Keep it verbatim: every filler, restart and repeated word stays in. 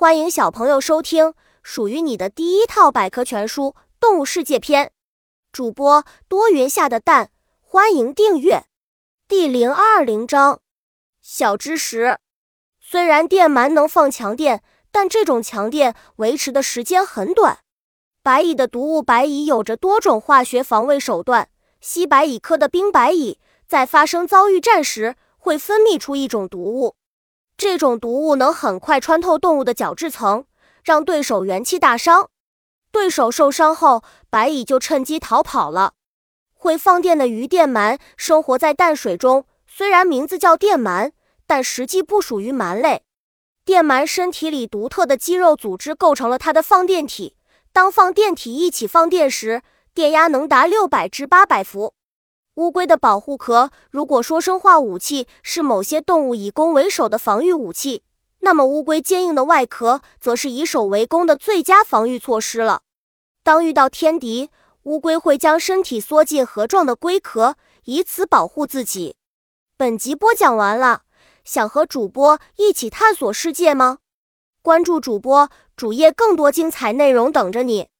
欢迎小朋友收听属于你的第一套百科全书《动物世界篇》。主播多云下的蛋，欢迎订阅。第零二零章，小知识。虽然电鳗能放强电，但这种强电维持的时间很短。白蚁的毒物白蚁有着多种化学防卫手段，吸白蚁科的冰白蚁在发生遭遇战时会分泌出一种毒物，这种毒物能很快穿透动物的角质层，让对手元气大伤。对手受伤后，白蚁就趁机逃跑了。会放电的鱼电鳗生活在淡水中，虽然名字叫电鳗，但实际不属于鳗类。电鳗身体里独特的肌肉组织构成了它的放电体，当放电体一起放电时，电压能达六百至八百伏。乌龟的保护壳，如果说生化武器是某些动物以攻为守的防御武器，那么乌龟坚硬的外壳则是以守为攻的最佳防御措施了。当遇到天敌，乌龟会将身体缩进盒状的龟壳，以此保护自己。本集播讲完了，想和主播一起探索世界吗？关注主播主页，更多精彩内容等着你。